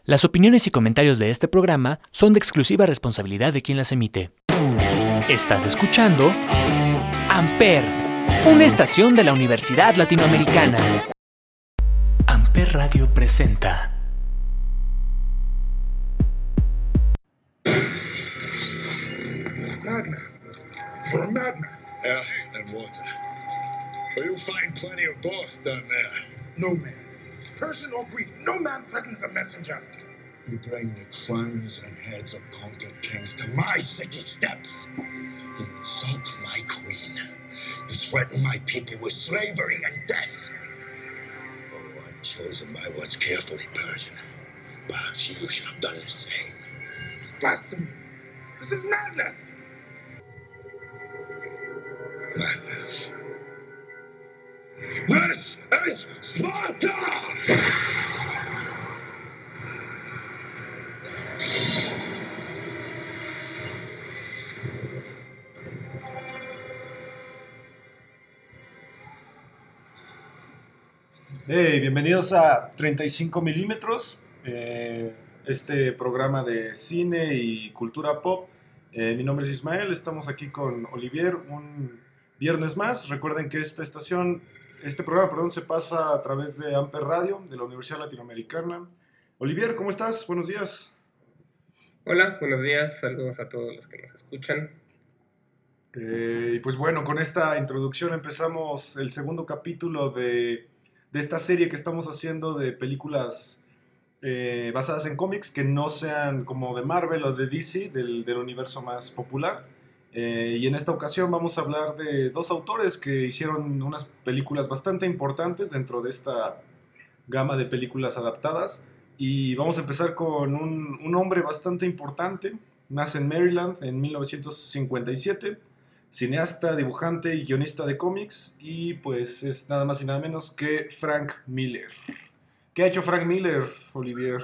Las opiniones y comentarios de este programa son de exclusiva responsabilidad de quien las emite. Estás escuchando Amper, una estación de la Universidad Latinoamericana. Amper Radio presenta. Madman. You're a madman. Air and water. But you'll find plenty of both down there. No man. Person or breed, no man threatens a messenger. You bring the crowns and heads of conquered kings to my city steps. You insult my queen. You threaten my people with slavery and death. Oh, I've chosen my words carefully, Persian. Perhaps you should have done the same. This is blasphemy. This is madness. Madness. This is Sparta! Hey, bienvenidos a 35 milímetros, este programa de cine y cultura pop. Mi nombre es Ismael, estamos aquí con Olivier un viernes más. Recuerden que este programa se pasa a través de Amper Radio, de la Universidad Latinoamericana. Olivier, ¿cómo estás? Buenos días. Hola, buenos días, saludos a todos los que nos escuchan. Y pues bueno, con esta introducción empezamos el segundo capítulo de esta serie que estamos haciendo de películas basadas en cómics que no sean como de Marvel o de DC, del universo más popular. Y en esta ocasión vamos a hablar de dos autores que hicieron unas películas bastante importantes dentro de esta gama de películas adaptadas. Y vamos a empezar con un hombre bastante importante. Nace en Maryland en 1957. Cineasta, dibujante y guionista de cómics, y pues es nada más y nada menos que Frank Miller. ¿Qué ha hecho Frank Miller, Olivier?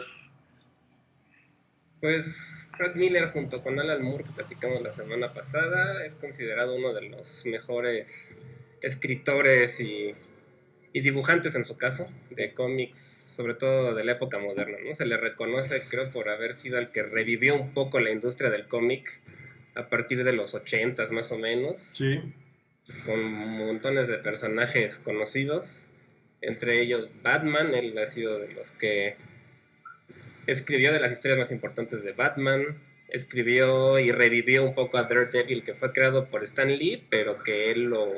Pues Frank Miller junto con Alan Moore, que platicamos la semana pasada, es considerado uno de los mejores escritores y dibujantes, en su caso, de cómics, sobre todo de la época moderna, ¿no? Se le reconoce, creo, por haber sido el que revivió un poco la industria del cómic a partir de los 80s más o menos. Sí. Con montones de personajes conocidos, entre ellos Batman. Él ha sido de los que escribió de las historias más importantes de Batman, escribió y revivió un poco a Daredevil, que fue creado por Stan Lee, pero que él lo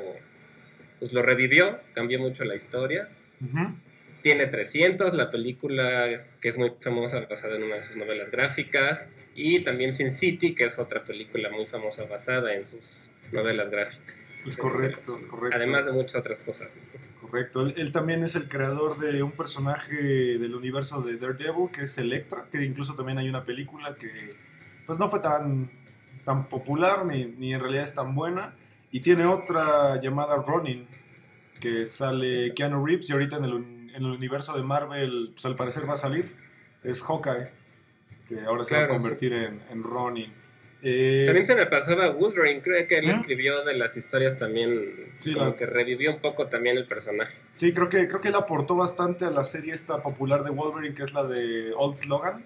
revivió, cambió mucho la historia. Uh-huh. Tiene 300, la película que es muy famosa, basada en una de sus novelas gráficas, y también Sin City, que es otra película muy famosa basada en sus novelas gráficas. Es correcto. Además de muchas otras cosas. Correcto. Él también es el creador de un personaje del universo de Daredevil, que es Elektra, que incluso también hay una película que pues no fue tan popular, ni en realidad es tan buena. Y tiene otra llamada Ronin, que sale Keanu Reeves, y ahorita en el universo de Marvel, pues al parecer va a salir, es Hawkeye, que ahora se va a convertir en Ronin. También se me pasaba Wolverine, creo que él escribió de las historias también, sí, como que revivió un poco también el personaje. Sí, creo que él aportó bastante a la serie esta popular de Wolverine, que es la de Old Logan.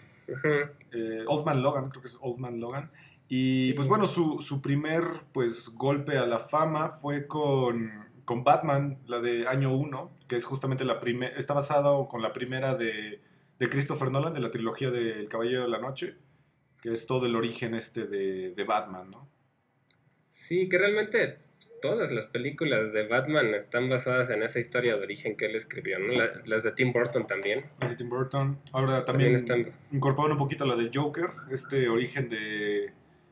Uh-huh. Old Man Logan, creo que es Old Man Logan. Y pues bueno, su primer pues golpe a la fama fue con Batman, la de Año 1, que es justamente está basado con la primera de Christopher Nolan, de la trilogía de El Caballero de la Noche, que es todo el origen de Batman, ¿no? Sí, que realmente todas las películas de Batman están basadas en esa historia de origen que él escribió, ¿no? Las de Tim Burton también. Las de Tim Burton. Ahora también incorporan un poquito la de Joker, este origen de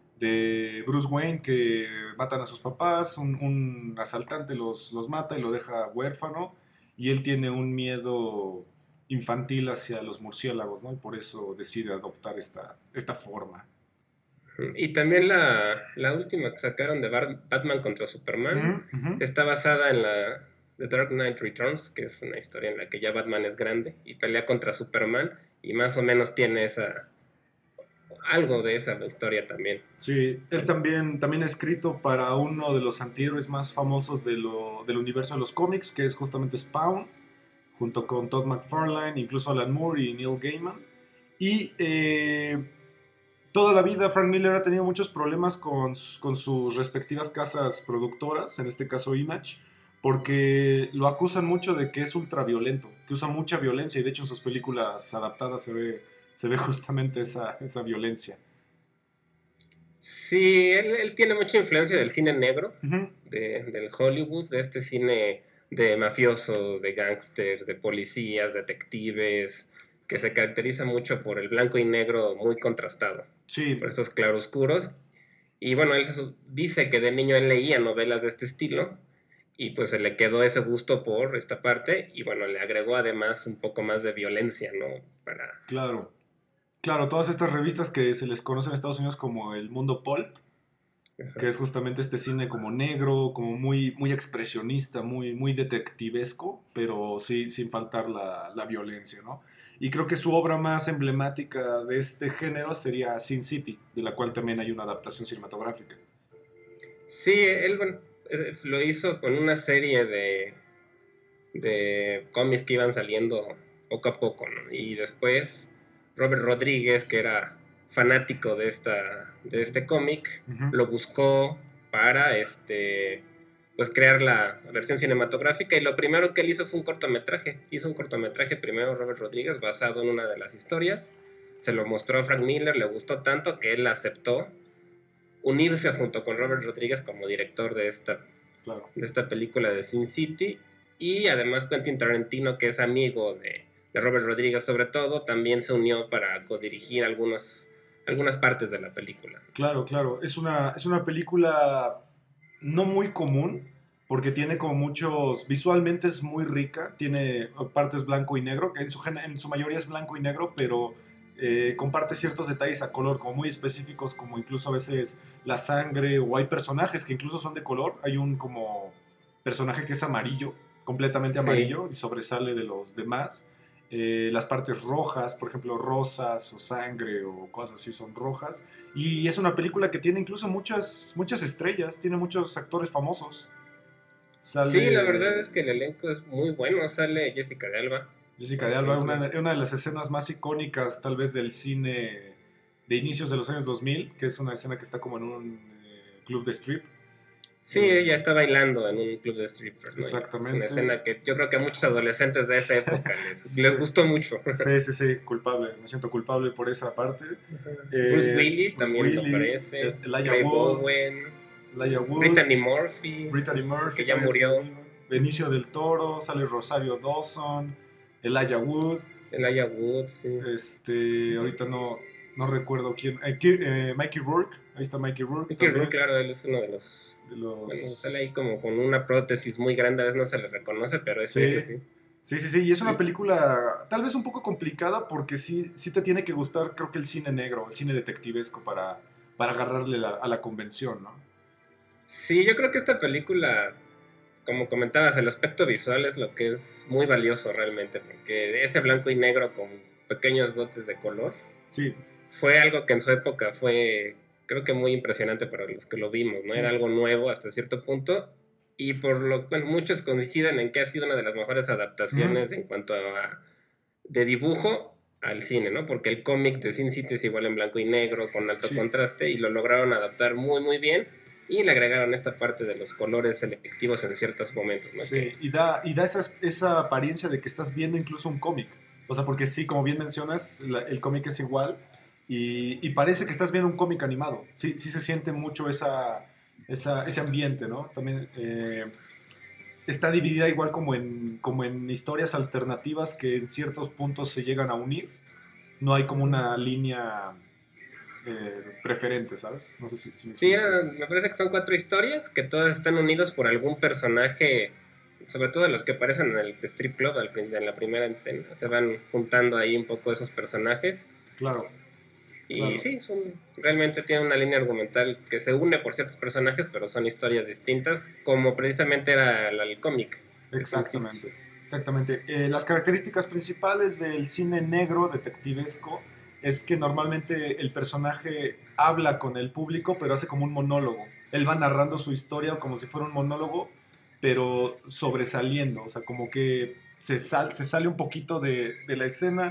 Bruce Wayne, que matan a sus papás, un asaltante los mata y lo deja huérfano, y él tiene un miedo infantil hacia los murciélagos, ¿no? Y por eso decide adoptar esta forma. Y también la última que sacaron de Batman contra Superman, uh-huh. Está basada en la The Dark Knight Returns, que es una historia en la que ya Batman es grande y pelea contra Superman, y más o menos tiene algo de esa historia también. Sí, él también ha escrito para uno de los antihéroes más famosos del universo de los cómics, que es justamente Spawn, junto con Todd McFarlane, incluso Alan Moore y Neil Gaiman. Y toda la vida Frank Miller ha tenido muchos problemas con sus respectivas casas productoras, en este caso Image, porque lo acusan mucho de que es ultraviolento, que usa mucha violencia, y de hecho en sus películas adaptadas se ve justamente esa violencia. Sí, él tiene mucha influencia del cine negro, Uh-huh. del Hollywood, de este cine de mafiosos, de gángsters, de policías, detectives, que se caracteriza mucho por el blanco y negro muy contrastado, Sí, por estos claroscuros. Y bueno, él dice que de niño él leía novelas de este estilo y pues se le quedó ese gusto por esta parte y bueno, le agregó además un poco más de violencia, ¿no? claro. Claro, todas estas revistas que se les conoce en Estados Unidos como el mundo pulp, que es justamente este cine como negro, como muy, muy expresionista, muy, muy detectivesco, pero sí, sin faltar la violencia, ¿no? Y creo que su obra más emblemática de este género sería Sin City, de la cual también hay una adaptación cinematográfica. Sí, él bueno, lo hizo con una serie de cómics que iban saliendo poco a poco, ¿no? Y después Robert Rodríguez, que era fanático de este cómic, Uh-huh. lo buscó para pues crear la versión cinematográfica y lo primero que él hizo fue un cortometraje. Hizo un cortometraje primero Robert Rodríguez basado en una de las historias. Se lo mostró a Frank Miller, le gustó tanto que él aceptó unirse junto con Robert Rodríguez como director de Claro. esta película de Sin City. Y además Quentin Tarantino, que es amigo de Robert Rodríguez sobre todo, también se unió para codirigir algunas partes de la película. Claro, claro. Es una película no muy común, porque tiene como muchos... Visualmente es muy rica, tiene partes blanco y negro, que en su mayoría es blanco y negro, pero comparte ciertos detalles a color, como muy específicos, como incluso a veces la sangre, o hay personajes que incluso son de color. Hay un como personaje que es amarillo, completamente amarillo, y sobresale de los demás. Las partes rojas, por ejemplo, rosas o sangre o cosas así son rojas. Y es una película que tiene incluso muchas estrellas, tiene muchos actores famosos. Sale Sí, la verdad es que el elenco es muy bueno. Sale Jessica de Alba. Jessica de Alba, una de las escenas más icónicas tal vez del cine de inicios de los años 2000, que es una escena que está como en un club de strip. Sí, ella está bailando en un club de strippers, ¿no? Exactamente. Una escena que yo creo que a muchos adolescentes de esa época les gustó mucho. Sí, culpable, me siento culpable por esa parte. Bruce Willis también aparece. Elijah Wood, Brittany Murphy, que ya murió. Benicio del Toro, sale Rosario Dawson, Elijah Wood, sí. Ahorita no recuerdo quién. Mikey Rourke, ahí está Mikey Rourke. Mikey Rourke, claro, él es uno de los... Bueno, sale ahí como con una prótesis muy grande, a veces no se le reconoce, pero es él, sí. Y es una película tal vez un poco complicada porque sí te tiene que gustar, creo que el cine negro, el cine detectivesco para agarrarle a la convención, ¿no? Sí, yo creo que esta película, como comentabas, el aspecto visual es lo que es muy valioso realmente, porque ese blanco y negro con pequeños dotes de color fue algo que en su época fue, creo que muy impresionante para los que lo vimos, ¿no? Era algo nuevo hasta cierto punto, y por lo cual muchos coinciden en que ha sido una de las mejores adaptaciones en cuanto a de dibujo al cine, ¿no? Porque el cómic de Sin City es igual en blanco y negro, con alto contraste, y lo lograron adaptar muy, muy bien. Y le agregaron esta parte de los colores selectivos en ciertos momentos, ¿no? Sí, y da esa apariencia de que estás viendo incluso un cómic. O sea, porque sí, como bien mencionas, el cómic es igual y parece que estás viendo un cómic animado. Sí se siente mucho ese ambiente, ¿no? También está dividida igual como en historias alternativas que en ciertos puntos se llegan a unir. No hay como una línea... preferente, ¿sabes? No sé si me sí, me parece que son 4 historias que todas están unidas por algún personaje, sobre todo los que aparecen en el strip club en la primera escena. Se van juntando ahí un poco esos personajes. Claro. Y sí, realmente tienen una línea argumental que se une por ciertos personajes, pero son historias distintas, como precisamente era el cómic. Exactamente. Las características principales del cine negro detectivesco es que normalmente el personaje habla con el público, pero hace como un monólogo. Él va narrando su historia como si fuera un monólogo, pero sobresaliendo. O sea, como que se sale un poquito de la escena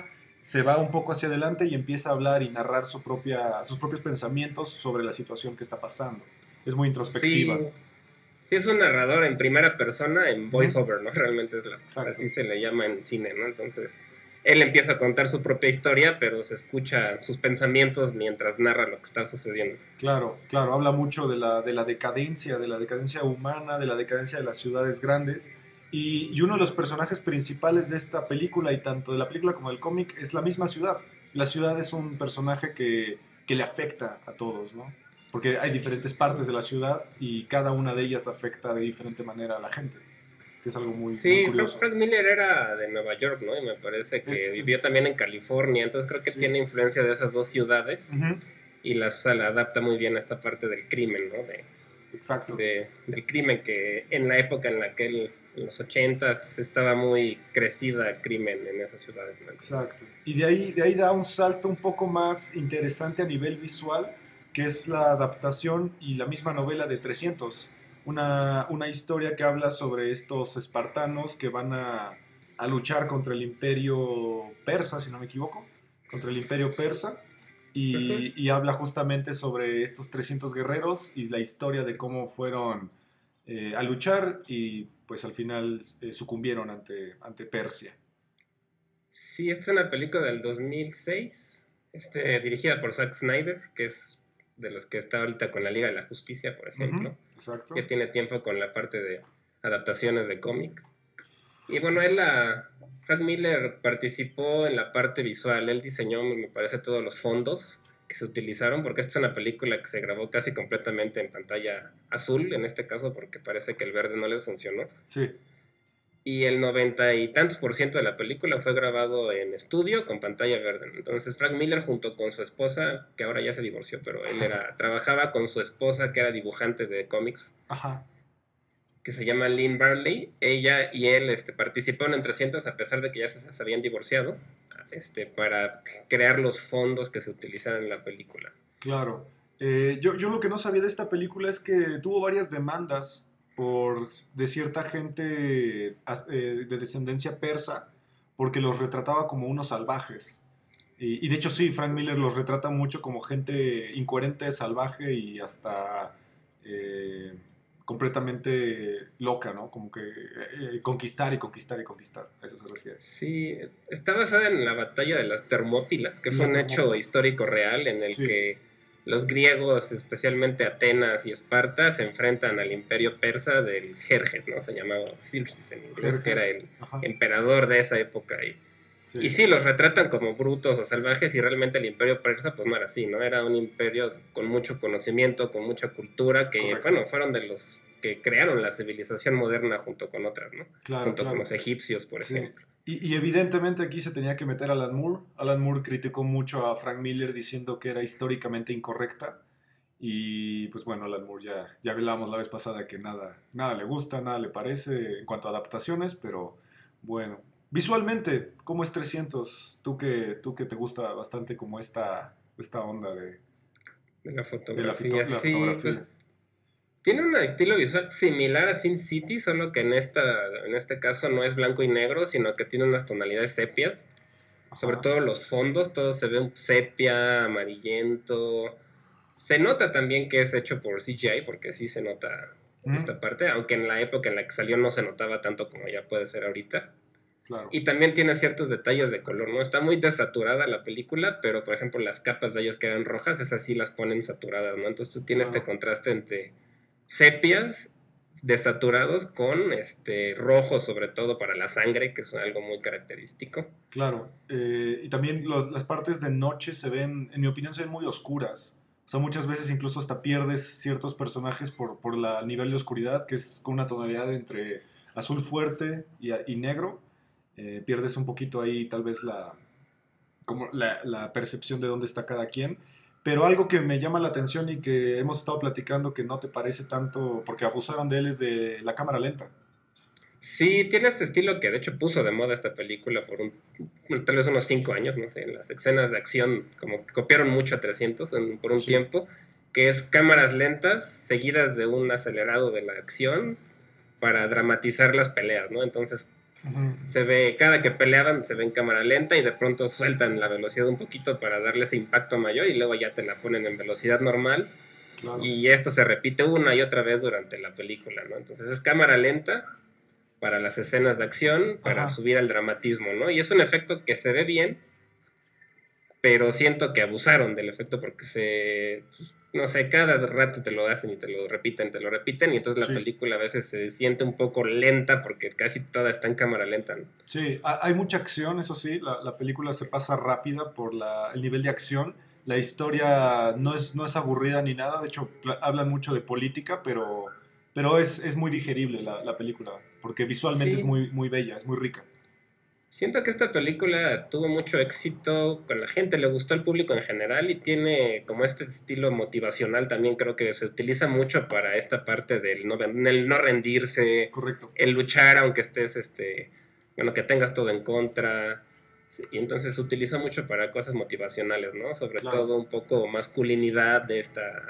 se va un poco hacia adelante y empieza a hablar y narrar sus propios pensamientos sobre la situación que está pasando. Es muy introspectiva. Sí, es un narrador en primera persona, en voiceover, ¿no? Realmente es Exacto. así se le llama en cine, ¿no? Entonces, él empieza a contar su propia historia, pero se escucha sus pensamientos mientras narra lo que está sucediendo. Claro, habla mucho de la decadencia humana, de la decadencia de las ciudades grandes. Y uno de los personajes principales de esta película, y tanto de la película como del cómic, es la misma ciudad. La ciudad es un personaje que le afecta a todos, ¿no? Porque hay diferentes partes de la ciudad y cada una de ellas afecta de diferente manera a la gente, que es algo muy curioso. Frank Miller era de Nueva York, ¿no? Y me parece que vivió también en California, entonces creo que tiene influencia de esas dos ciudades y la adapta muy bien a esta parte del crimen, ¿no? Exacto. Del crimen que en la época en la que él, en los 80s, estaba muy crecida el crimen en esas ciudades, ¿no? Exacto. Y de ahí da un salto un poco más interesante a nivel visual, que es la adaptación y la misma novela de 300. Una historia que habla sobre estos espartanos que van a luchar contra el imperio persa, si no me equivoco, contra el imperio persa, y habla justamente sobre estos 300 guerreros y la historia de cómo fueron a luchar y pues al final sucumbieron ante Persia. Sí, esta es una película del 2006, dirigida por Zack Snyder, que es de los que está ahorita con la Liga de la Justicia, por ejemplo. Exacto. Que tiene tiempo con la parte de adaptaciones de cómic. Y bueno, Frank Miller participó en la parte visual. Él diseñó, me parece, todos los fondos que se utilizaron, porque esta es una película que se grabó casi completamente en pantalla azul, en este caso, porque parece que el verde no les funcionó. Sí. Y el 90 y tantos % de la película fue grabado en estudio con pantalla verde. Entonces Frank Miller, junto con su esposa, que ahora ya se divorció, pero él trabajaba con su esposa, que era dibujante de cómics, que se llama Lynn Barley. Ella y él participaron en 300 a pesar de que ya se habían divorciado, para crear los fondos que se utilizaron en la película. Claro. Yo lo que no sabía de esta película es que tuvo varias demandas de cierta gente de descendencia persa, porque los retrataba como unos salvajes. Y de hecho sí, Frank Miller los retrata mucho como gente incoherente, salvaje y hasta completamente loca, ¿no? Como que conquistar y conquistar y conquistar, a eso se refiere. Sí, está basada en la batalla de las Termópilas, que fue un hecho histórico real en el que los griegos, especialmente Atenas y Esparta, se enfrentan al imperio persa del Jerjes, ¿no? Se llamaba Xerxes en inglés, que era el emperador de esa época. Y sí, los retratan como brutos o salvajes, y realmente el imperio persa pues no era así, ¿no? Era un imperio con mucho conocimiento, con mucha cultura, que fueron de los que crearon la civilización moderna junto con otras, ¿no? Junto con los egipcios, por ejemplo. Y evidentemente aquí se tenía que meter Alan Moore. Alan Moore criticó mucho a Frank Miller diciendo que era históricamente incorrecta. Y pues bueno, Alan Moore ya hablamos la vez pasada que nada le gusta, nada le parece en cuanto a adaptaciones, pero bueno. Visualmente, ¿cómo es 300? Tú que te gusta bastante como esta onda de la fotografía. Pues, tiene un estilo visual similar a Sin City, solo que en este caso no es blanco y negro, sino que tiene unas tonalidades sepias. Sobre todo los fondos, todo se ve un sepia, amarillento. Se nota también que es hecho por CGI, porque sí se nota esta parte, aunque en la época en la que salió no se notaba tanto como ya puede ser ahorita. Claro. Y también tiene ciertos detalles de color, ¿no? Está muy desaturada la película, pero por ejemplo las capas de ellos que eran rojas, esas sí las ponen saturadas, ¿no? Entonces tú tienes este contraste entre sepias desaturados con rojos, sobre todo para la sangre, que es algo muy característico. Claro, y también las partes de noche se ven, en mi opinión, se ven muy oscuras. O sea, muchas veces incluso hasta pierdes ciertos personajes por el nivel de oscuridad, que es con una tonalidad entre azul fuerte y negro. Pierdes un poquito ahí tal vez la percepción de dónde está cada quien. Pero algo que me llama la atención y que hemos estado platicando que no te parece tanto, porque abusaron de él, es de la cámara lenta. Sí, tiene este estilo que de hecho puso de moda esta película por tal vez unos 5 años, no sé, en las escenas de acción como que copiaron mucho a 300 por un tiempo, que es cámaras lentas seguidas de un acelerado de la acción para dramatizar las peleas, ¿no? Entonces Se ve, cada que peleaban se ve en cámara lenta y de pronto sueltan la velocidad un poquito para darle ese impacto mayor y luego ya te la ponen en velocidad normal. Claro. Y esto se repite una y otra vez durante la película, ¿no? Entonces es cámara lenta para las escenas de acción, para subir al dramatismo, ¿no? Y es un efecto que se ve bien, pero siento que abusaron del efecto porque no sé, cada rato te lo hacen y te lo repiten, y entonces la película a veces se siente un poco lenta porque casi toda está en cámara lenta, ¿no? Sí, hay mucha acción, eso sí, la película se pasa rápida por el nivel de acción. La historia no es aburrida ni nada, de hecho hablan mucho de política, pero es muy digerible la película, porque visualmente es muy, muy bella, es muy rica. Siento que esta película tuvo mucho éxito con la gente, le gustó al público en general y tiene como este estilo motivacional también, creo que se utiliza mucho para esta parte del no rendirse. Correcto. El luchar aunque estés, que tengas todo en contra. Y entonces se utiliza mucho para cosas motivacionales, ¿no? Sobre todo un poco masculinidad de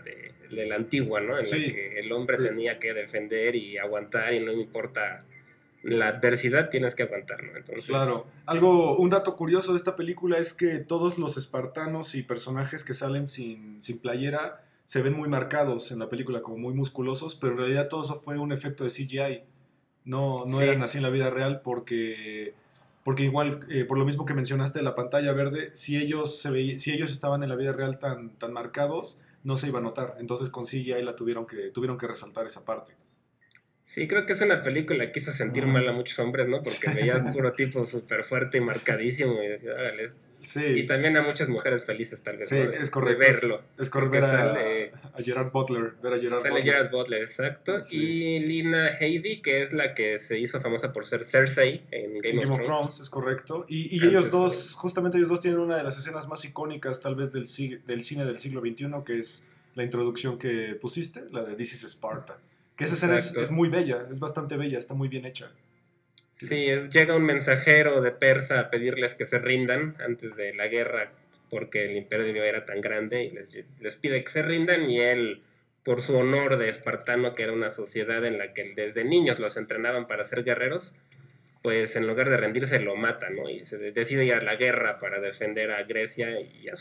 la antigua, ¿no? En la que el hombre tenía que defender y aguantar y no importa la adversidad, tienes que aguantar, ¿no? Entonces, claro. Un dato curioso de esta película es que todos los espartanos y personajes que salen sin playera se ven muy marcados en la película, como muy musculosos, pero en realidad todo eso fue un efecto de CGI. No eran así en la vida real porque igual, por lo mismo que mencionaste de la pantalla verde, si ellos estaban en la vida real tan marcados, no se iba a notar. Entonces con CGI tuvieron que resaltar esa parte. Sí, creo que es una película que hizo sentir mal a muchos hombres, ¿no? Porque veías puro tipo súper fuerte y marcadísimo y decías, órale. Y también a muchas mujeres felices, tal vez, sí, ¿no? Es correcto. De verlo. Es correcto ver a Gerard Butler. Gerard Butler, exacto. Sí. Y Lina Headey, que es la que se hizo famosa por ser Cersei en Game of Thrones. Es correcto. Y ellos dos, justamente ellos dos tienen una de las escenas más icónicas, tal vez, del cine del siglo XXI, que es la introducción que pusiste, la de This is Sparta. Que esa escena es muy bella, es bastante bella, está muy bien hecha. Sí, llega un mensajero de Persa a pedirles que se rindan antes de la guerra porque el imperio era tan grande y les pide que se rindan y él, por su honor de espartano, que era una sociedad en la que desde niños los entrenaban para ser guerreros, pues en lugar de rendirse lo mata, ¿no? Y se decide ir a la guerra para defender a Grecia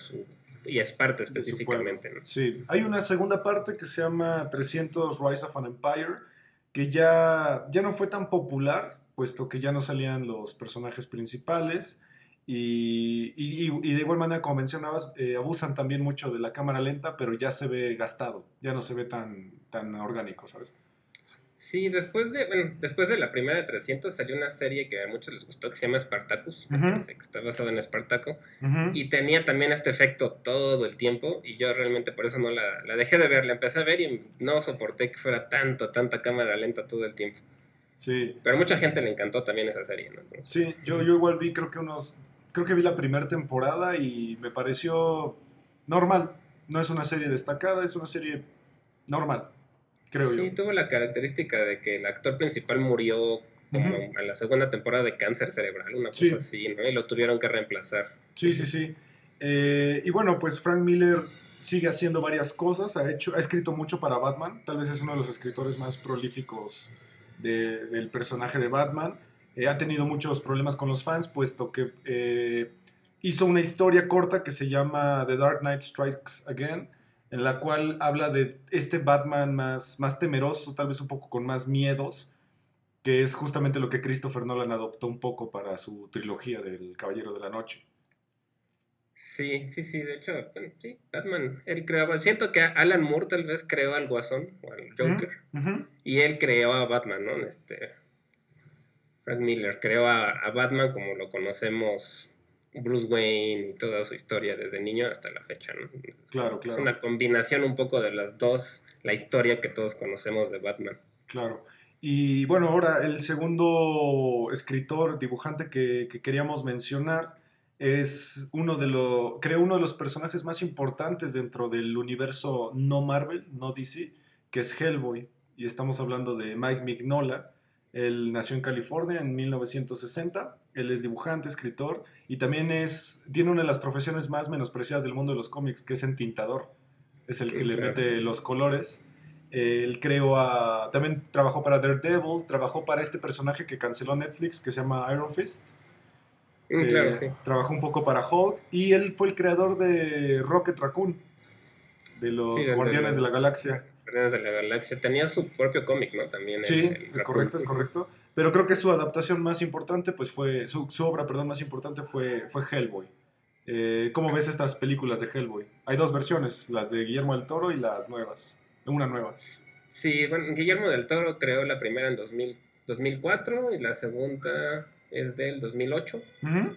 y a Esparta específicamente, ¿no? Sí, hay una segunda parte que se llama 300 Rise of an Empire, que ya no fue tan popular, puesto que ya no salían los personajes principales, y de igual manera, como mencionabas, abusan también mucho de la cámara lenta, pero ya se ve gastado, ya no se ve tan orgánico, ¿sabes? Sí, después de la primera de 300 salió una serie que a muchos les gustó que se llama Spartacus, que está basada en Espartaco, y tenía también este efecto todo el tiempo, y yo realmente por eso no la dejé de ver, la empecé a ver y no soporté que fuera tanta cámara lenta todo el tiempo. Sí. Pero a mucha gente le encantó también esa serie, ¿no? Entonces, sí, yo igual vi, creo que vi la primera temporada y me pareció normal. No es una serie destacada, es una serie normal. Creo yo. Sí, tuvo la característica de que el actor principal murió como a la segunda temporada de cáncer cerebral, una cosa así, ¿no? Y lo tuvieron que reemplazar. Sí. Y bueno, pues Frank Miller sigue haciendo varias cosas, ha escrito mucho para Batman, tal vez es uno de los escritores más prolíficos del personaje de Batman. Ha tenido muchos problemas con los fans, puesto que hizo una historia corta que se llama The Dark Knight Strikes Again, en la cual habla de este Batman más temeroso, tal vez un poco con más miedos, que es justamente lo que Christopher Nolan adoptó un poco para su trilogía del Caballero de la Noche. Sí, de hecho, bueno, sí, Batman, él creaba, siento que Alan Moore tal vez creó al Guasón, o al Joker, y él creó a Batman, ¿no? Frank Miller creó a Batman como lo conocemos, Bruce Wayne y toda su historia desde niño hasta la fecha, ¿no? Claro. Es una combinación un poco de las dos, la historia que todos conocemos de Batman. Claro. Y bueno, ahora el segundo escritor, dibujante que queríamos mencionar es creo uno de los personajes más importantes dentro del universo no Marvel, no DC, que es Hellboy. Y estamos hablando de Mike Mignola. Él nació en California en 1960. Él es dibujante, escritor y también tiene una de las profesiones más menospreciadas del mundo de los cómics, que es entintador. Es el que le mete los colores. Él también trabajó para Daredevil, trabajó para este personaje que canceló Netflix que se llama Iron Fist. Claro, sí. Trabajó un poco para Hulk y él fue el creador de Rocket Raccoon, de los Sí, Guardianes de la Galaxia. Guardianes de la Galaxia. Tenía su propio cómic, ¿no? También Sí, el es Raccoon. correcto. Pero creo que su adaptación más importante, pues su obra, perdón, más importante fue Hellboy. ¿Cómo ves estas películas de Hellboy? Hay dos versiones, las de Guillermo del Toro y las nuevas. Una nueva. Sí, bueno, Guillermo del Toro creó la primera en 2004 y la segunda es del 2008. Uh-huh.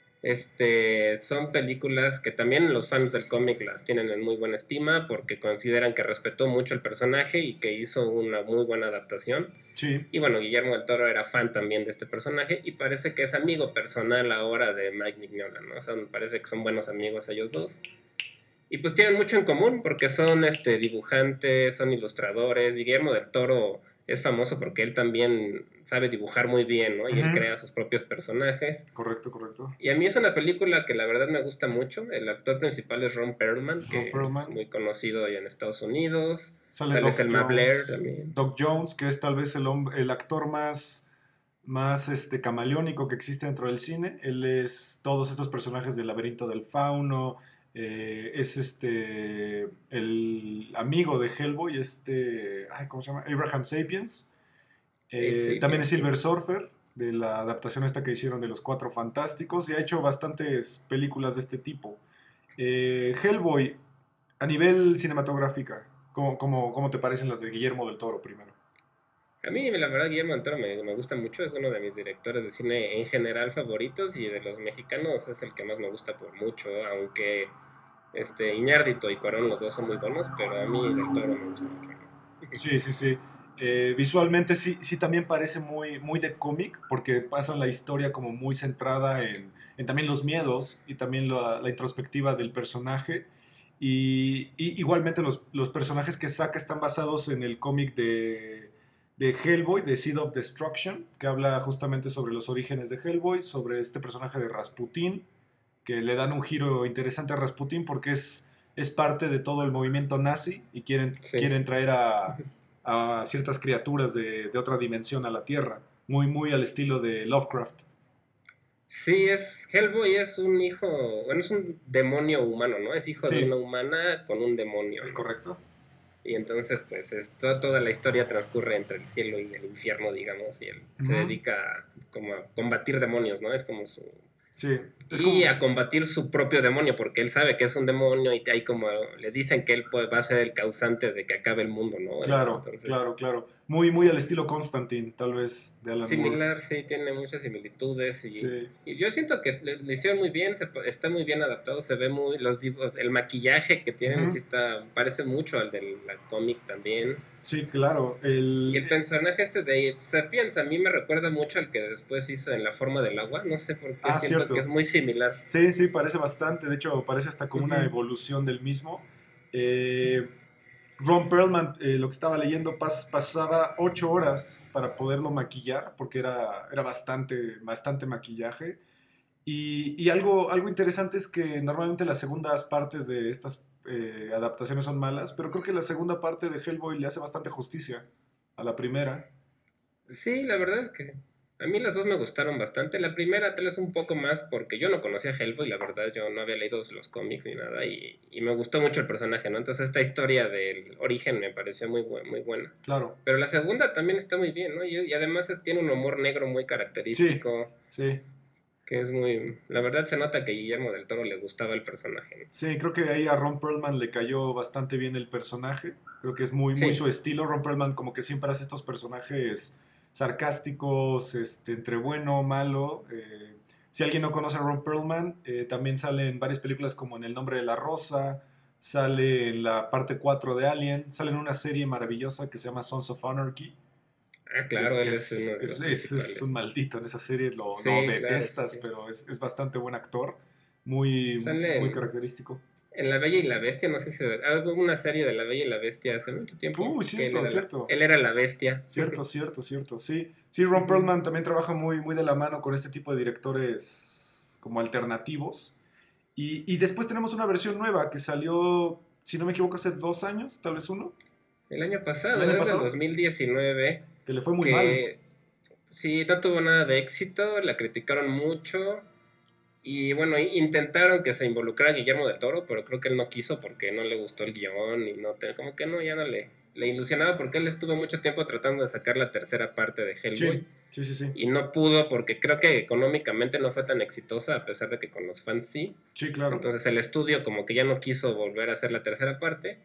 Son películas que también los fans del cómic las tienen en muy buena estima porque consideran que respetó mucho el personaje y que hizo una muy buena adaptación. Sí. Y bueno, Guillermo del Toro era fan también de este personaje y parece que es amigo personal ahora de Mike Mignola, ¿no? O sea, parece que son buenos amigos ellos dos. Y pues tienen mucho en común porque son dibujantes, son ilustradores. Guillermo del Toro es famoso porque él también sabe dibujar muy bien, ¿no? Y él crea sus propios personajes. Correcto. Y a mí es una película que la verdad me gusta mucho. El actor principal es Ron Perlman, que es muy conocido allá en Estados Unidos. Sale Selma Blair también. Doc Jones, que es tal vez el actor más camaleónico que existe dentro del cine. Él es todos estos personajes del Laberinto del Fauno. Es el amigo de Hellboy, ¿cómo se llama? Abraham Sapiens. También es Silver Surfer, de la adaptación esta que hicieron de Los Cuatro Fantásticos, y ha hecho bastantes películas de este tipo. Hellboy, a nivel cinematográfica, ¿cómo te parecen las de Guillermo del Toro primero? A mí, la verdad, Guillermo del Toro me gusta mucho, es uno de mis directores de cine en general favoritos, y de los mexicanos es el que más me gusta por mucho, aunque Iñárritu y Cuarón, los dos son muy buenos, pero a mí del Toro me gusta mucho. Sí. Visualmente sí también parece muy, muy de cómic, porque pasan la historia como muy centrada en también los miedos y también la introspectiva del personaje. Y igualmente los personajes que saca están basados en el cómic de Hellboy, de Seed of Destruction, que habla justamente sobre los orígenes de Hellboy, sobre este personaje de Rasputín, que le dan un giro interesante a Rasputín porque es parte de todo el movimiento nazi y quieren traer a ciertas criaturas de otra dimensión a la Tierra, muy, muy al estilo de Lovecraft. Sí, Hellboy es un hijo, bueno, es un demonio humano, ¿no? Es hijo de una humana con un demonio, ¿no? Es correcto. Y entonces, pues, toda la historia transcurre entre el cielo y el infierno, digamos, y él se dedica como a combatir demonios, ¿no? Es como su... Sí. A combatir su propio demonio, porque él sabe que es un demonio y ahí como le dicen que él va a ser el causante de que acabe el mundo, ¿no? Claro. Muy, muy al estilo Constantine, tal vez, de Alan similar, Moore. Sí, tiene muchas similitudes y yo siento que le hicieron muy bien, está muy bien adaptado, se ve muy, los dibujos, el maquillaje que tienen sí parece mucho al del cómic también. Sí, claro. Y el personaje de Sapiens a mí me recuerda mucho al que después hizo en La Forma del Agua, no sé por qué siento que es muy similar. Sí, parece bastante, de hecho parece hasta como una evolución del mismo. Ron Perlman, lo que estaba leyendo, pasaba 8 horas para poderlo maquillar, porque era bastante maquillaje. Y algo interesante es que normalmente las segundas partes de estas adaptaciones son malas, pero creo que la segunda parte de Hellboy le hace bastante justicia a la primera. Sí, la verdad es que a mí las dos me gustaron bastante. La primera tal vez un poco más porque yo no conocía a Hellboy, la verdad yo no había leído los cómics ni nada y me gustó mucho el personaje, ¿no? Entonces esta historia del origen me pareció muy buena. Claro. Pero la segunda también está muy bien, ¿no? Y además tiene un humor negro muy característico. Sí. Que es muy... La verdad se nota que a Guillermo del Toro le gustaba el personaje, ¿no? Sí, creo que ahí a Ron Perlman le cayó bastante bien el personaje. Creo que es muy su estilo. Ron Perlman como que siempre hace estos personajes sarcásticos, entre bueno, malo. Si alguien no conoce a Ron Perlman, también sale en varias películas como en El Nombre de la Rosa, sale en la parte 4 de Alien, sale en una serie maravillosa que se llama Sons of Anarchy. Ah, claro, él es un maldito en esa serie, lo detestas, claro, pero es bastante buen actor, muy característico. En La Bella y la Bestia, no sé si hubo una serie de La Bella y la Bestia hace mucho tiempo. Cierto. Él era la bestia. Cierto, sí. Sí, Ron Perlman también trabaja muy de la mano con este tipo de directores como alternativos. Y después tenemos una versión nueva que salió, si no me equivoco, hace 2 años, tal vez 1. El año pasado, ¿El año desde pasado? 2019, Que le fue muy mal. que sí, no tuvo nada de éxito, la criticaron mucho y bueno, intentaron que se involucrara Guillermo del Toro, pero creo que él no quiso porque no le gustó el guión y como que no, ya no le ilusionaba porque él estuvo mucho tiempo tratando de sacar la tercera parte de Hellboy. Sí. Y no pudo porque creo que económicamente no fue tan exitosa, a pesar de que con los fans sí. Sí, claro. Entonces el estudio como que ya no quiso volver a hacer la tercera parte.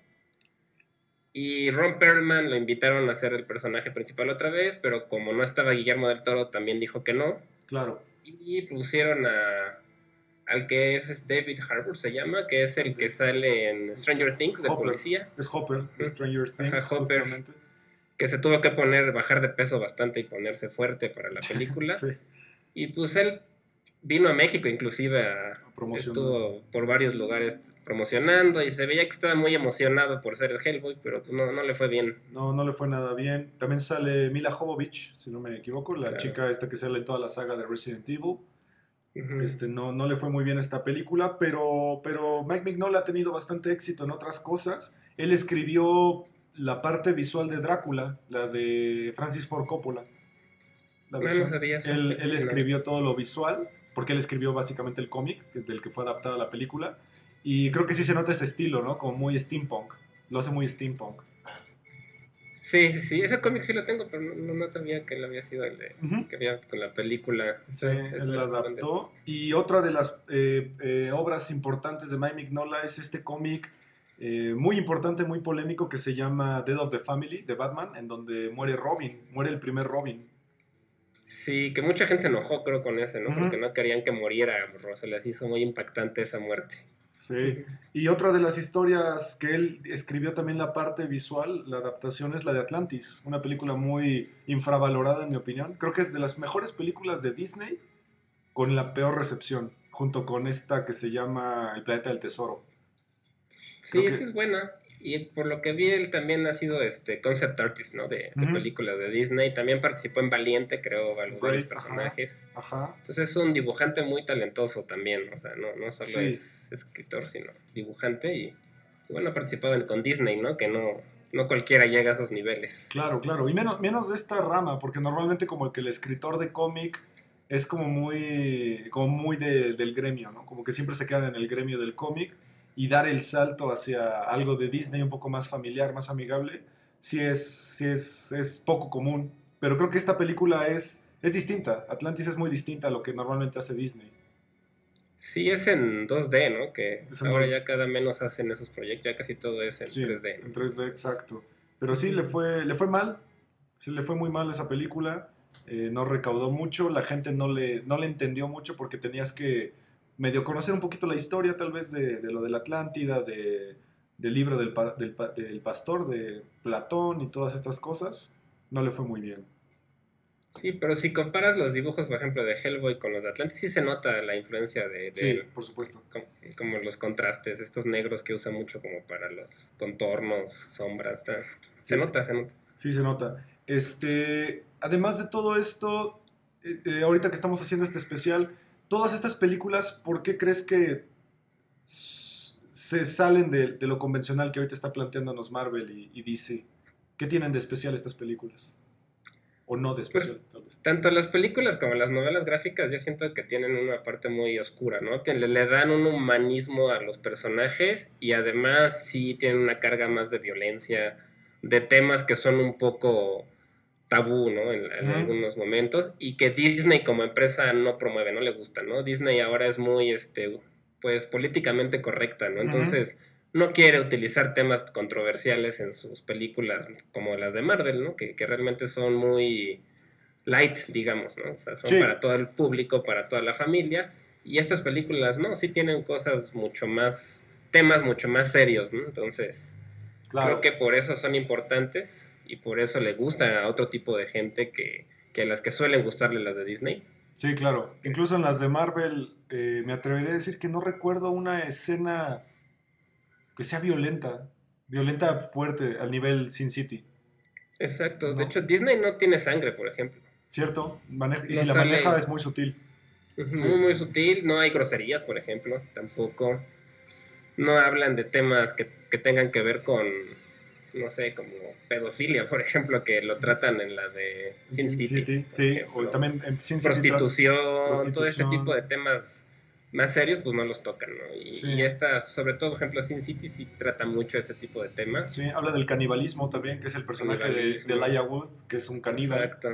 Y Ron Perlman lo invitaron a hacer el personaje principal otra vez, pero como no estaba Guillermo del Toro, también dijo que no. Claro. Y pusieron al que es David Harbour, se llama, que es el que sale en Stranger Things de Hopper. policía. Es Hopper, de Stranger Things, Ajá, Hopper, justamente. que se tuvo que bajar de peso bastante y ponerse fuerte para la película. Sí. Y pues él vino a México inclusive estuvo por varios lugares promocionando y se veía que estaba muy emocionado por ser el Hellboy, pero pues no le fue bien. No le fue nada bien. También sale Mila Jovovich, si no me equivoco, la Claro. chica esta que sale en toda la saga de Resident Evil. Uh-huh. No le fue muy bien esta película, pero Mike Mignola ha tenido bastante éxito en otras cosas. Él escribió la parte visual de Drácula, la de Francis Ford Coppola. No sabía eso. Él escribió todo lo visual, porque él escribió básicamente el cómic del que fue adaptada la película. Y creo que sí se nota ese estilo, ¿no? Como muy steampunk. Lo hace muy steampunk. Sí, ese cómic sí lo tengo, pero no sabía que él había sido el de Uh-huh. que había con la película. Sí, él la adaptó. Y otra de las obras importantes de Mike Mignola es este cómic muy importante, muy polémico, que se llama Death of the Family, de Batman, en donde muere el primer Robin. Sí, que mucha gente se enojó, creo, con ese, ¿no? Uh-huh. Porque no querían que muriera, se les hizo muy impactante esa muerte. Sí, y otra de las historias que él escribió también la parte visual, la adaptación, es la de Atlantis, una película muy infravalorada en mi opinión. Creo que es de las mejores películas de Disney con la peor recepción, junto con esta que se llama El Planeta del Tesoro. Sí, esa es buena. Y por lo que vi, él también ha sido concept artist, ¿no? De Uh-huh. películas de Disney. También participó en Valiente, creo, varios personajes. Ajá. Entonces es un dibujante muy talentoso también. O sea, no solo Sí. es escritor, sino dibujante. Y bueno, ha participado con Disney, ¿no? Que no cualquiera llega a esos niveles. Claro. Y menos de esta rama, porque normalmente como que el escritor de cómic es como muy del gremio, ¿no? Como que siempre se quedan en el gremio del cómic. Y dar el salto hacia algo de Disney un poco más familiar, más amigable, sí es poco común. Pero creo que esta película es distinta. Atlantis es muy distinta a lo que normalmente hace Disney. Sí, es en 2D, ¿no? Que ahora 2D. Ya cada menos hacen esos proyectos, ya casi todo es en 3D. ¿no? En 3D, exacto. Pero sí, le fue mal. Sí, le fue muy mal esa película. No recaudó mucho. La gente no le entendió mucho porque tenías que medio conocer un poquito la historia tal vez de lo de la Atlántida, del libro del pastor, de Platón y todas estas cosas. No le fue muy bien. Sí, pero si comparas los dibujos, por ejemplo, de Hellboy con los de Atlantis, sí se nota la influencia de Sí, él. por supuesto. Como los contrastes, estos negros que usa mucho como para los contornos, sombras. Se nota. Sí, se nota. Además de todo esto, ahorita que estamos haciendo este especial, todas estas películas, ¿por qué crees que se salen de lo convencional que ahorita está planteándonos Marvel y DC? ¿Qué tienen de especial estas películas? ¿O no de especial, pues, tal vez? Tanto las películas como las novelas gráficas yo siento que tienen una parte muy oscura, ¿no? Que le dan un humanismo a los personajes y además sí tienen una carga más de violencia, de temas que son un poco tabú, ¿no? En algunos momentos, y que Disney como empresa no promueve, no le gusta, ¿no? Disney ahora es muy, pues, políticamente correcta, ¿no? Entonces, no quiere utilizar temas controversiales en sus películas como las de Marvel, ¿no? Que realmente son muy light, digamos, ¿no? O sea, son para todo el público, para toda la familia, y estas películas, ¿no? Sí tienen temas mucho más serios, ¿no? Entonces, creo que por eso son importantes y por eso le gustan a otro tipo de gente que las que suelen gustarle las de Disney. Sí, claro. Incluso en las de Marvel me atrevería a decir que no recuerdo una escena que sea violenta fuerte al nivel Sin City. Exacto. No. De hecho, Disney no tiene sangre, por ejemplo. ¿Cierto? Y si la maneja es muy sutil. Muy sutil. No hay groserías, por ejemplo, tampoco. No hablan de temas que tengan que ver con no sé, como pedofilia, por ejemplo, que lo tratan en la de Sin City, sí, o también en Sin City prostitución, todo este tipo de temas más serios, pues no los tocan, ¿no? Y esta, sobre todo, por ejemplo, Sin City sí trata mucho este tipo de temas. Sí, habla del canibalismo también, que es el personaje de Elijah Wood, que es un caníbal. Exacto.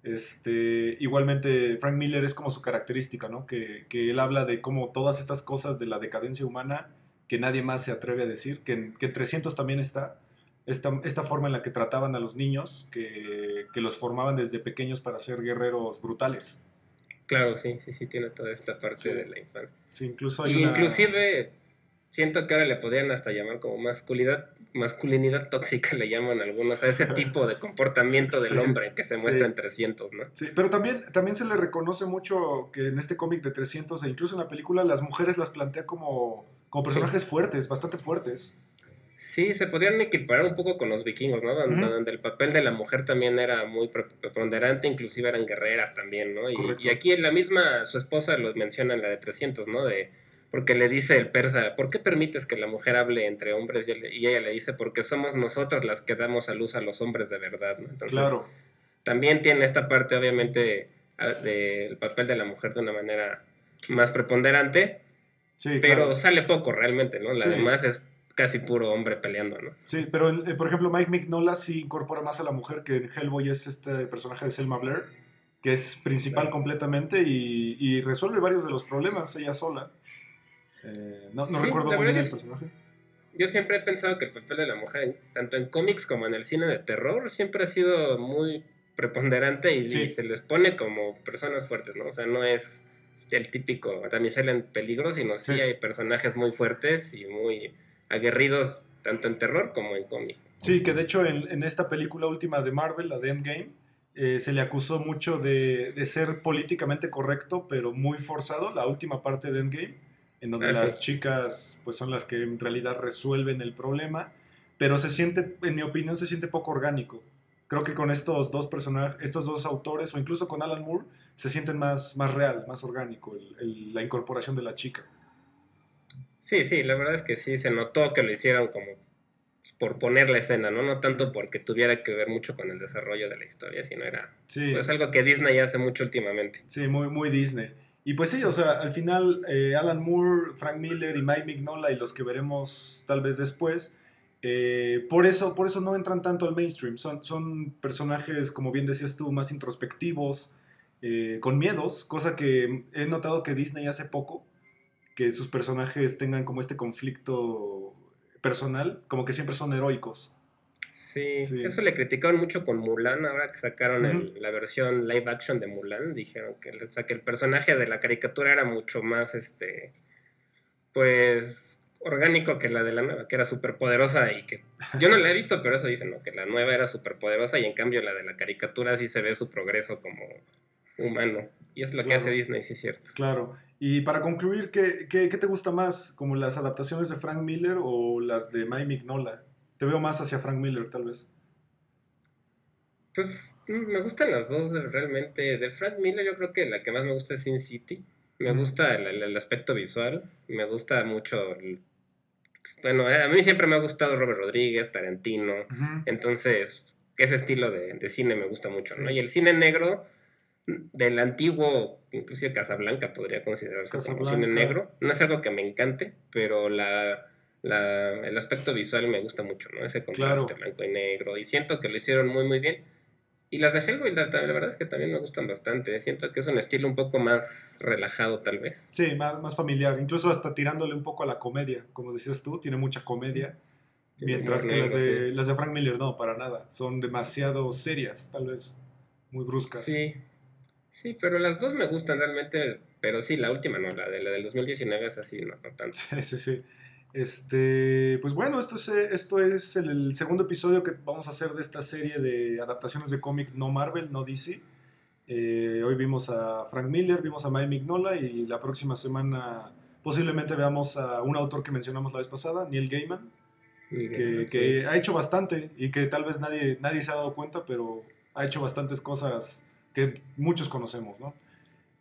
Igualmente Frank Miller es como su característica, ¿no? Que él habla de cómo todas estas cosas de la decadencia humana que nadie más se atreve a decir, que en 300 también está esta forma en la que trataban a los niños, que los formaban desde pequeños para ser guerreros brutales. Claro, sí, tiene toda esta parte de la infancia. Sí, incluso inclusive siento que ahora le podrían hasta llamar como masculinidad tóxica, le llaman algunos, a ese tipo de comportamiento del hombre que se muestra en 300, ¿no? Sí, pero también se le reconoce mucho que en este cómic de 300 e incluso en la película las mujeres las plantea como personajes fuertes, bastante fuertes. Sí, se podrían equiparar un poco con los vikingos, ¿no? Donde el papel de la mujer también era muy preponderante, inclusive eran guerreras también, ¿no? Y aquí su esposa lo menciona en la de 300, ¿no? Porque le dice el persa, ¿por qué permites que la mujer hable entre hombres? Y ella le dice, porque somos nosotras las que damos a luz a los hombres de verdad, ¿no? Entonces, claro. También tiene esta parte, obviamente, del papel de la mujer de una manera más preponderante, sí, pero claro. Sale poco realmente, ¿no? La demás es casi puro hombre peleando, ¿no? Sí, pero por ejemplo Mike Mignola sí incorpora más a la mujer, que en Hellboy es este personaje de Selma Blair, que es principal completamente y resuelve varios de los problemas ella sola. No recuerdo muy bien el personaje. Yo siempre he pensado que el papel de la mujer, tanto en cómics como en el cine de terror, siempre ha sido muy preponderante y se les pone como personas fuertes, ¿no? O sea, no es el típico damisela en peligro, sino sí hay personajes muy fuertes y muy aguerridos, tanto en terror como en cómic. Sí, que de hecho en esta película última de Marvel, la de Endgame, se le acusó mucho de ser políticamente correcto, pero muy forzado, la última parte de Endgame, en donde las chicas pues son las que en realidad resuelven el problema, pero en mi opinión, se siente poco orgánico. Creo que con estos dos personajes, estos dos autores, o incluso con Alan Moore, se sienten más real, más orgánico la incorporación de la chica. Sí, la verdad es que sí, se notó que lo hicieron como por poner la escena, ¿no? No tanto porque tuviera que ver mucho con el desarrollo de la historia, sino era pues algo que Disney hace mucho últimamente. Sí, muy Disney. Y pues sí, o sea, al final Alan Moore, Frank Miller y Mike Mignola y los que veremos tal vez después, por eso no entran tanto al mainstream. Son personajes, como bien decías tú, más introspectivos, con miedos, cosa que he notado que Disney hace poco, que sus personajes tengan como este conflicto personal, como que siempre son heroicos. Sí, eso le criticaron mucho con Mulan, ahora que sacaron la versión live action de Mulan, dijeron que el personaje de la caricatura era mucho más, pues, orgánico que la de la nueva, que era súper poderosa y que, yo no la he visto, pero eso dicen, ¿no? Que la nueva era súper poderosa y en cambio la de la caricatura sí se ve su progreso como humano, y es lo que hace Disney, sí es cierto. Claro, y para concluir, ¿qué te gusta más? ¿Como las adaptaciones de Frank Miller o las de Mike Mignola? Te veo más hacia Frank Miller, tal vez. Pues me gustan las dos realmente. De Frank Miller yo creo que la que más me gusta es Sin City. Me gusta el aspecto visual. Me gusta mucho... Bueno, a mí siempre me ha gustado Robert Rodríguez, Tarantino. Entonces, ese estilo de cine me gusta mucho, ¿no? Y el cine negro del antiguo, inclusive Casablanca podría considerarse como cine negro. No es algo que me encante, pero el aspecto visual me gusta mucho, ¿no? Ese contraste blanco y negro. Y siento que lo hicieron muy bien. Y las de Hellboy, la verdad es que también me gustan bastante. Siento que es un estilo un poco más relajado, tal vez. Sí, más familiar. Incluso hasta tirándole un poco a la comedia. Como decías tú, tiene mucha comedia. Mientras que las de Frank Miller no, para nada. Son demasiado serias, tal vez. Muy bruscas. Sí, pero las dos me gustan realmente. Pero sí, la última no, la del 2019 es así, no tanto. Sí. Pues bueno, esto es el segundo episodio que vamos a hacer de esta serie de adaptaciones de cómic no Marvel, no DC. Hoy vimos a Frank Miller, vimos a Mike Mignola y la próxima semana posiblemente veamos a un autor que mencionamos la vez pasada, Neil Gaiman, que ha hecho bastante y que tal vez nadie se ha dado cuenta, pero ha hecho bastantes cosas que muchos conocemos, ¿no?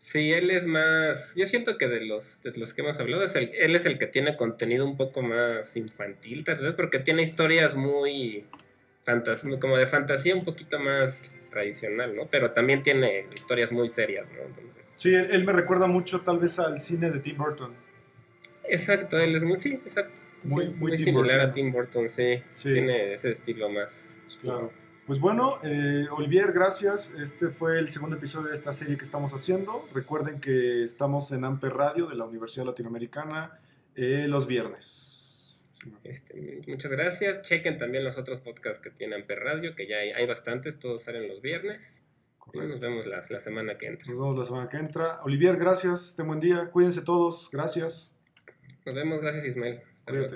Sí, él es más... Yo siento que de los que hemos hablado, él es el que tiene contenido un poco más infantil, tal vez, porque tiene historias muy... como de fantasía un poquito más tradicional, ¿no? Pero también tiene historias muy serias, ¿no? Entonces... Sí, él me recuerda mucho tal vez al cine de Tim Burton. Exacto, él es muy... Sí, exacto. Muy Tim similar Burton. a Tim Burton, sí. Tiene ese estilo más. Claro. Pues bueno, Olivier, gracias. Este fue el segundo episodio de esta serie que estamos haciendo. Recuerden que estamos en Amper Radio de la Universidad Latinoamericana los viernes. Muchas gracias. Chequen también los otros podcasts que tiene Amper Radio, que ya hay bastantes, todos salen los viernes. Correcto. Y nos vemos la semana que entra. Nos vemos la semana que entra. Olivier, gracias. Ten buen día. Cuídense todos. Gracias. Nos vemos. Gracias, Ismael. Cuídate.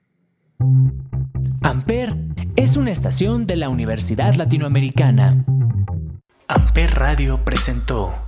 Amper es una estación de la Universidad Latinoamericana. Amper Radio presentó